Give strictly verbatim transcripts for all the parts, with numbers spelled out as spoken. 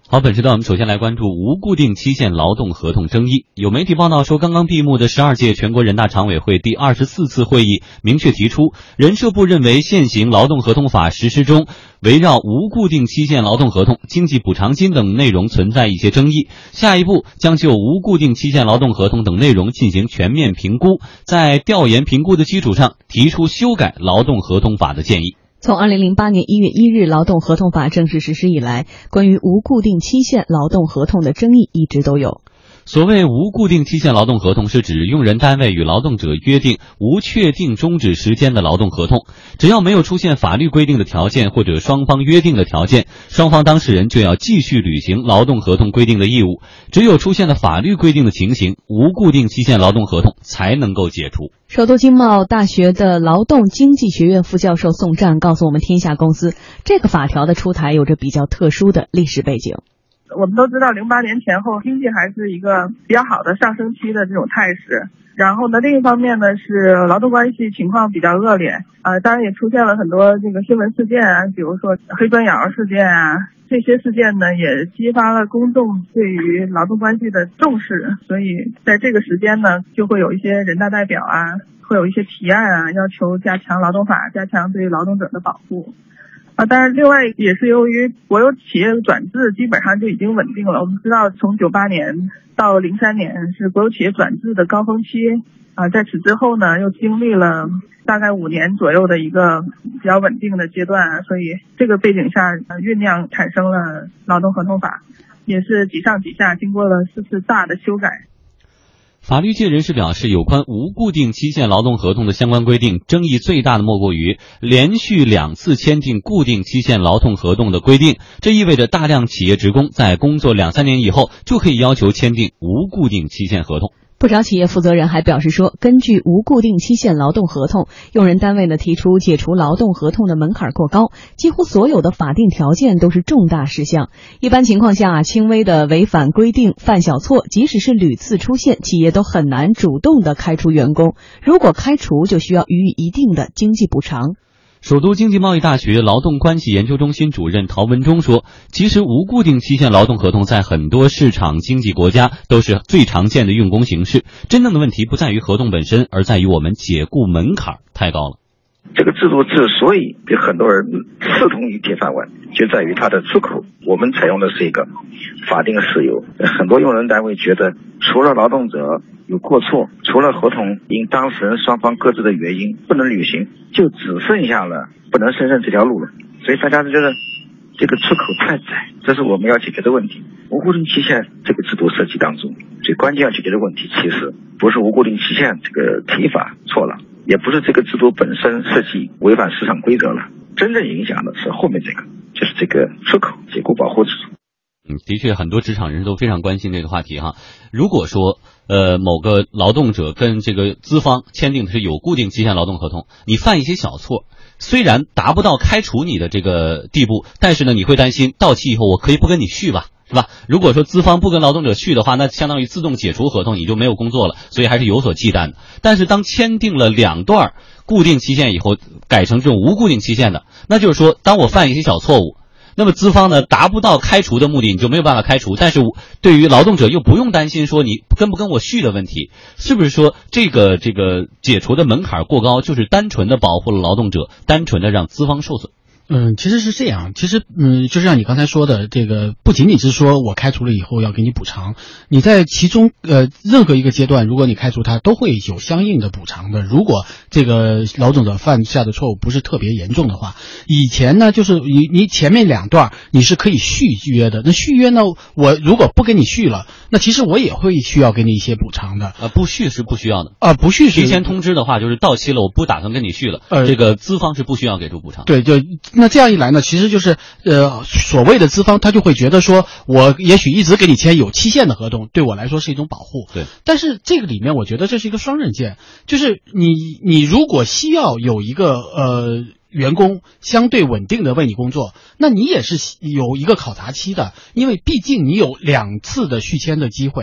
好，本时段我们首先来关注无固定期限劳动合同争议。有媒体报道说，刚刚闭幕的十二届全国人大常委会第二十四次会议明确提出，人社部认为现行劳动合同法实施中围绕无固定期限劳动合同、经济补偿金等内容存在一些争议，下一步将就无固定期限劳动合同等内容进行全面评估，在调研评估的基础上提出修改劳动合同法的建议。 从二零零八年一月一日劳动合同法正式实施以来，关于无固定期限劳动合同的争议一直都有。 所谓无固定期限劳动合同，是指用人单位与劳动者约定无确定终止时间的劳动合同，只要没有出现法律规定的条件或者双方约定的条件，双方当事人就要继续履行劳动合同规定的义务，只有出现了法律规定的情形，无固定期限劳动合同才能够解除。 首都经贸大学的劳动经济学院副教授宋战告诉我们天下公司，这个法条的出台有着比较特殊的历史背景。 我们都知道零八年前后经济还是一个比较好的上升期的这种态势，然后呢另一方面呢是劳动关系情况比较恶劣，呃当然也出现了很多这个新闻事件啊，比如说黑砖窑事件啊，这些事件呢也激发了公众对于劳动关系的重视，所以在这个时间呢就会有一些人大代表啊，会有一些提案啊，要求加强劳动法，加强对劳动者的保护。啊，当然，另外也是由于国有企业转制基本上就已经稳定了。我们知道，从九八年到零三年是国有企业转制的高峰期，啊，在此之后呢，又经历了大概五年左右的一个比较稳定的阶段，所以这个背景下酝酿产生了劳动合同法，也是几上几下，经过了四次大的修改。 法律界人士表示，有关无固定期限劳动合同的相关规定，争议最大的莫过于连续两次签订固定期限劳动合同的规定。这意味着大量企业职工在工作两三年以后就可以要求签订无固定期限合同。 不少企业负责人还表示说，根据无固定期限劳动合同，用人单位呢提出解除劳动合同的门槛过高，几乎所有的法定条件都是重大事项。一般情况下，轻微的违反规定、犯小错，即使是屡次出现，企业都很难主动的开除员工。如果开除，就需要予以一定的经济补偿。 首都经济贸易大学劳动关系研究中心主任陶文忠说，其实无固定期限劳动合同在很多市场经济国家都是最常见的用工形式，真正的问题不在于合同本身，而在于我们解雇门槛太高了。 这个制度之所以被很多人视同于铁饭碗，就在于它的出口。我们采用的是一个法定事由，很多用人单位觉得除了劳动者有过错，除了合同因当事人双方各自的原因不能履行，就只剩下了不能胜任这条路了。所以大家都觉得这个出口太窄，这是我们要解决的问题。无固定期限这个制度设计当中，最关键要解决的问题其实不是无固定期限这个提法错了，也不是这个制度本身设计违反市场规则了，真正影响的是后面这个，就是这个出口解雇保护制度。 嗯，的确，很多职场人士都非常关心这个话题哈。如果说，呃，某个劳动者跟这个资方签订的是有固定期限劳动合同，你犯一些小错，虽然达不到开除你的这个地步，但是呢，你会担心到期以后我可以不跟你续吧，是吧？如果说资方不跟劳动者续的话，那相当于自动解除合同，你就没有工作了，所以还是有所忌惮的。但是当签订了两段固定期限以后，改成这种无固定期限的，那就是说，当我犯一些小错误，那么资方呢达不到开除的目的，你就没有办法开除，但是对于劳动者又不用担心说你跟不跟我续的问题，是不是说这个这个解除的门槛过高，就是单纯的保护了劳动者，单纯的让资方受损？ 嗯，其实是这样，其实嗯，就像你刚才说的，这个不仅仅是说我开除了以后要给你补偿，你在其中呃任何一个阶段，如果你开除他，都会有相应的补偿的。如果这个劳动者犯下的错误不是特别严重的话，以前呢，就是你你前面两段你是可以续约的，那续约呢，我如果不给你续了，那其实我也会需要给你一些补偿的。 呃，不续是不需要的啊、呃，不续是提前通知的话，就是到期了，我不打算跟你续了，呃，这个资方是不需要给出补偿。 对，就。那这样一来呢，其实就是呃，所谓的资方他就会觉得说，我也许一直给你签有期限的合同，对我来说是一种保护。 对， 但是这个里面我觉得这是一个双刃剑，就是你你如果需要有一个呃员工相对稳定的为你工作，那你也是有一个考察期的，因为毕竟你有两次的续签的机会。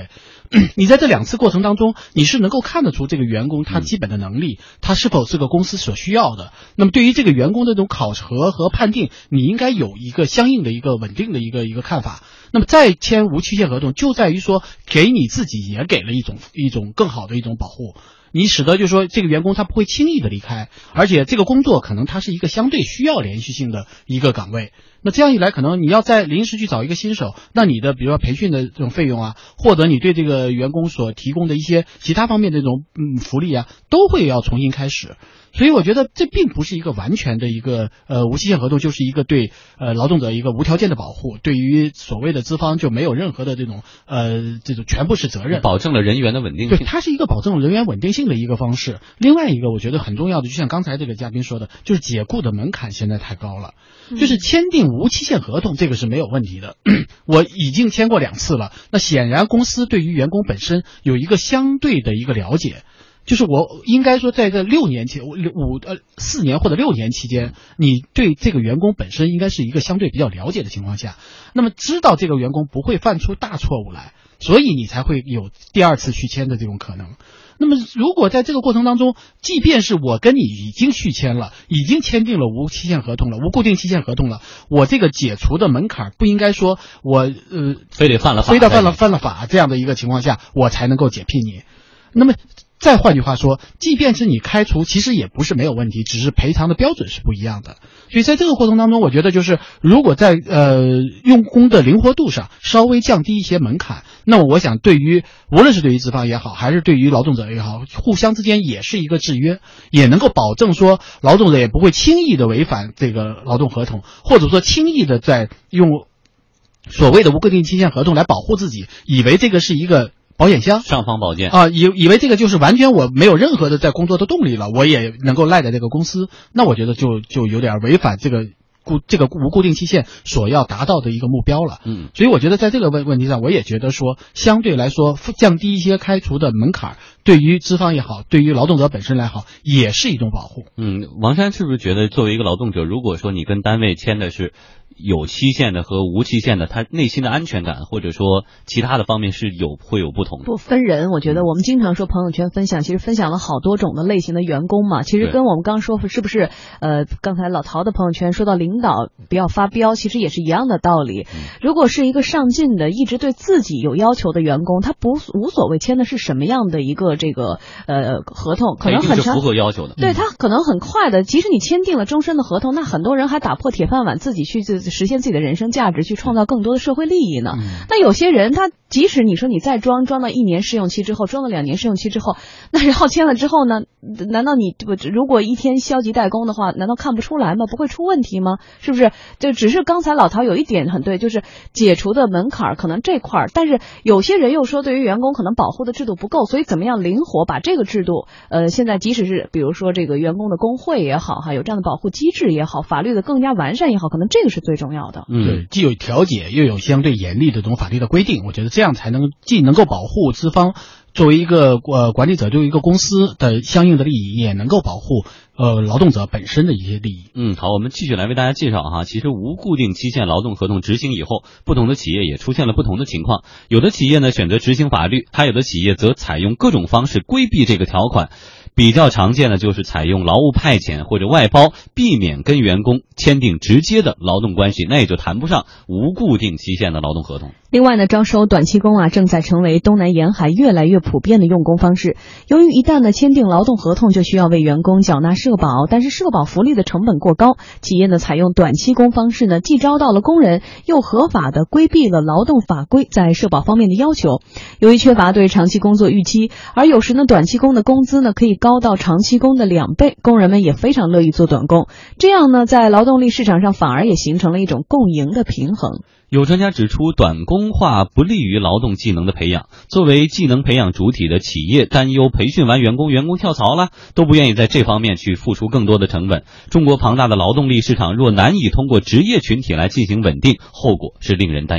你在这两次过程当中，你是能够看得出这个员工他基本的能力，他是否是个公司所需要的。那么对于这个员工的这种考核和判定，你应该有一个相应的一个稳定的一个一个看法。那么再签无期限合同，就在于说给你自己也给了一种一种更好的一种保护。你使得就是说这个员工他不会轻易的离开，而且这个工作可能它是一个相对需要连续性的一个岗位。那这样一来，可能你要再临时去找一个新手，那你的比如说培训的这种费用啊，或者你对这个员工所提供的一些其他方面的这种嗯福利啊，都会要重新开始。所以我觉得这并不是一个完全的一个呃无期限合同，就是一个对呃劳动者一个无条件的保护，对于所谓的资方就没有任何的这种呃这种全部是责任， 保证了人员的稳定性。 对，它是一个保证人员稳定性的一个方式。另外一个我觉得很重要的，就像刚才这个嘉宾说的，就是解雇的门槛现在太高了。就是签订无期限合同，这个是没有问题的。我已经签过两次了，那显然公司对于员工本身有一个相对的一个了解。就是我应该说，在这六年前、五呃四年或者六年期间，你对这个员工本身应该是一个相对比较了解的情况下，那么知道这个员工不会犯出大错误来，所以你才会有第二次续签的这种可能。那么如果在这个过程当中，即便是我跟你已经续签了，已经签订了无期限合同了，无固定期限合同了，我这个解除的门槛不应该说我呃非得犯了法， 非得犯了犯了法这样的一个情况下，我才能够解聘你。那么再换句话说，即便是你开除，其实也不是没有问题，只是赔偿的标准是不一样的。所以在这个过程当中，我觉得就是如果在呃用工的灵活度上稍微降低一些门槛，那么我想对于无论是对于资方也好，还是对于劳动者也好，互相之间也是一个制约，也能够保证说劳动者也不会轻易的违反这个劳动合同，或者说轻易的在用所谓的无固定期限合同来保护自己，以为这个是一个保险箱， 尚方宝剑啊，以以为这个就是完全我没有任何的在工作的动力了，我也能够赖在这个公司，那我觉得就就有点违反这个固这个无固定期限所要达到的一个目标了。 嗯， 所以我觉得在这个问问题上，我也觉得说相对来说降低一些开除的门槛，对于资方也好，对于劳动者本身来好，也是一种保护。 嗯，王山是不是觉得作为一个劳动者，如果说你跟单位签的是有期限的和无期限的，他内心的安全感或者说其他的方面是有会有不同的。 不分人，我觉得我们经常说朋友圈分享，其实分享了好多种的类型的员工嘛。其实跟我们刚说是不是呃，刚才老陶的朋友圈说到领导不要发飙，其实也是一样的道理。如果是一个上进的，一直对自己有要求的员工，他不无所谓签的是什么样的一个这个呃合同，可能很长， 符合要求的。 对，他可能很快的，即使你签订了终身的合同，那很多人还打破铁饭碗，自己去实现自己的人生价值，去创造更多的社会利益呢。嗯、那有些人他即使你说你再装装到一年试用期之后，装到两年试用期之后，那然后签了之后呢，难道你如果一天消极怠工的话，难道看不出来吗？不会出问题吗？是不是？就只是刚才老陶有一点很对，就是解除的门槛可能这块儿，但是有些人又说对于员工可能保护的制度不够，所以怎么样灵活把这个制度，呃，现在即使是比如说这个员工的工会也好，哈，有这样的保护机制也好，法律的更加完善也好，可能这个是最重要的。 嗯，对，既有调解，又有相对严厉的这种法律的规定，我觉得这样才能既能够保护资方作为一个呃管理者，作为一个公司的相应的利益，也能够保护呃劳动者本身的一些利益。 嗯，好，我们继续来为大家介绍哈。其实无固定期限劳动合同执行以后，不同的企业也出现了不同的情况。有的企业呢选择执行法律，还有的企业则采用各种方式规避这个条款。比较常见的就是采用劳务派遣或者外包，避免跟员工签订直接的劳动关系，那也就谈不上无固定期限的劳动合同。 另外呢，招收短期工啊，正在成为东南沿海越来越普遍的用工方式。由于一旦呢签订劳动合同，就需要为员工缴纳社保，但是社保福利的成本过高，企业呢采用短期工方式呢，既招到了工人，又合法的规避了劳动法规在社保方面的要求。由于缺乏对长期工作预期，而有时呢短期工的工资呢可以高到长期工的两倍，工人们也非常乐意做短工，这样呢在劳动力市场上反而也形成了一种共赢的平衡。 有专家指出，短工化不利于劳动技能的培养。作为技能培养主体的企业，担忧培训完员工，员工跳槽了，都不愿意在这方面去付出更多的成本。中国庞大的劳动力市场若难以通过职业群体来进行稳定，后果是令人担忧的。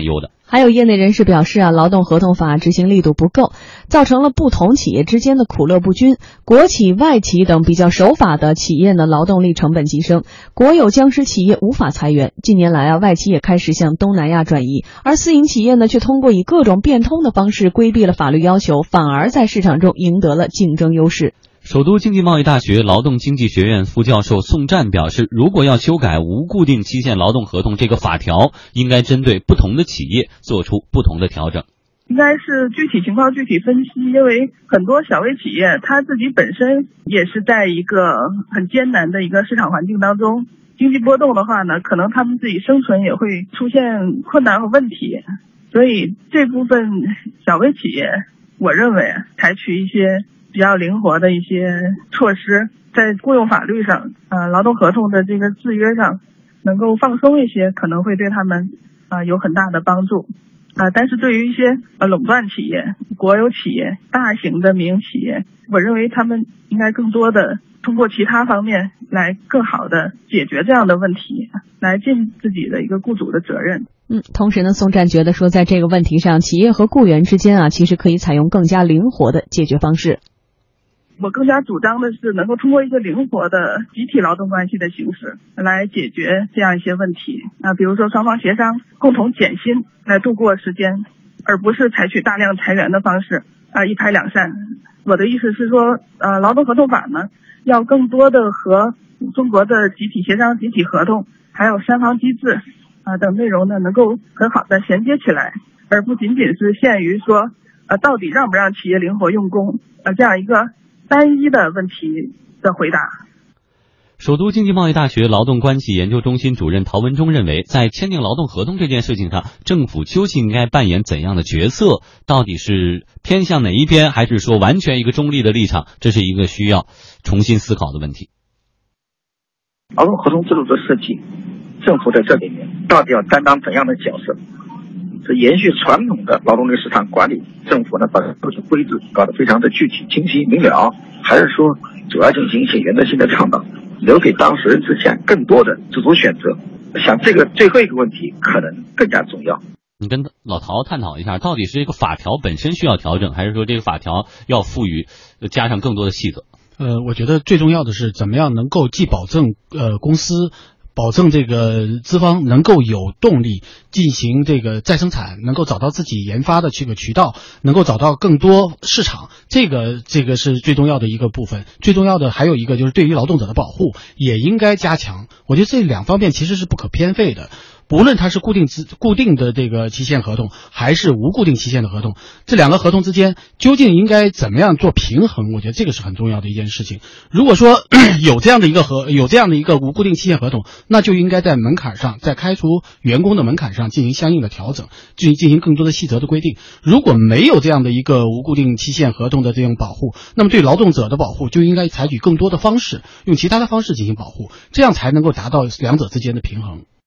还有业内人士表示啊，劳动合同法执行力度不够，造成了不同企业之间的苦乐不均。国企、外企等比较守法的企业呢，劳动力成本急升，国有僵尸企业无法裁员。近年来啊，外企也开始向东南亚转移，而私营企业呢，却通过以各种变通的方式规避了法律要求，反而在市场中赢得了竞争优势。 首都经济贸易大学劳动经济学院副教授宋战表示，如果要修改无固定期限劳动合同这个法条，应该针对不同的企业做出不同的调整。 应该是具体情况具体分析，因为很多小微企业它自己本身也是在一个很艰难的一个市场环境当中，经济波动的话呢，可能他们自己生存也会出现困难和问题，所以这部分小微企业，我认为采取一些比较灵活的一些措施，在雇佣法律上，呃，劳动合同的这个制约上，能够放松一些，可能会对他们啊、呃、有很大的帮助。啊、呃，但是对于一些呃垄断企业、国有企业、大型的民营企业，我认为他们应该更多的通过其他方面来更好的解决这样的问题，来尽自己的一个雇主的责任。 嗯，同时呢，宋战觉得说，在这个问题上，企业和雇员之间啊，其实可以采用更加灵活的解决方式。 我更加主张的是能够通过一个灵活的集体劳动关系的形式来解决这样一些问题啊，比如说双方协商共同减薪来度过时间，而不是采取大量裁员的方式啊，一拍两散。我的意思是说，呃，劳动合同法呢，要更多的和中国的集体协商、集体合同，还有三方机制啊等内容呢，能够很好的衔接起来，而不仅仅是限于说，呃，到底让不让企业灵活用工呃这样一个单一的问题的回答。 首都经济贸易大学劳动关系研究中心主任陶文忠认为，在签订劳动合同这件事情上，政府究竟应该扮演怎样的角色？到底是偏向哪一边，还是说完全一个中立的立场？这是一个需要重新思考的问题。 劳动合同制度的设计，政府在这里面到底要担当怎样的角色？是延续传统的劳动力市场管理，政府呢把这些规制搞得非常的具体、清晰、明了，还是说主要进行一些原则性的倡导，留给当事人之前更多的自主选择？想这个最后一个问题可能更加重要。 你跟老陶探讨一下，到底是这个法条本身需要调整，还是说这个法条要赋予加上更多的细则？ 呃，我觉得最重要的是怎么样能够既保证呃公司保证这个资方能够有动力进行这个再生产，能够找到自己研发的这个渠道，能够找到更多市场，这个这个是最重要的一个部分。最重要的还有一个就是对于劳动者的保护也应该加强。我觉得这两方面其实是不可偏废的。不论它是固定资固定的这个期限合同，还是无固定期限的合同，这两个合同之间究竟应该怎么样做平衡？我觉得这个是很重要的一件事情。如果说有这样的一个合有这样的一个无固定期限合同，那就应该在门槛上，在开除员工的门槛上进行相应的调整，进进行更多的细则的规定。如果没有这样的一个无固定期限合同的这种保护，那么对劳动者的保护就应该采取更多的方式，用其他的方式进行保护，这样才能够达到两者之间的平衡。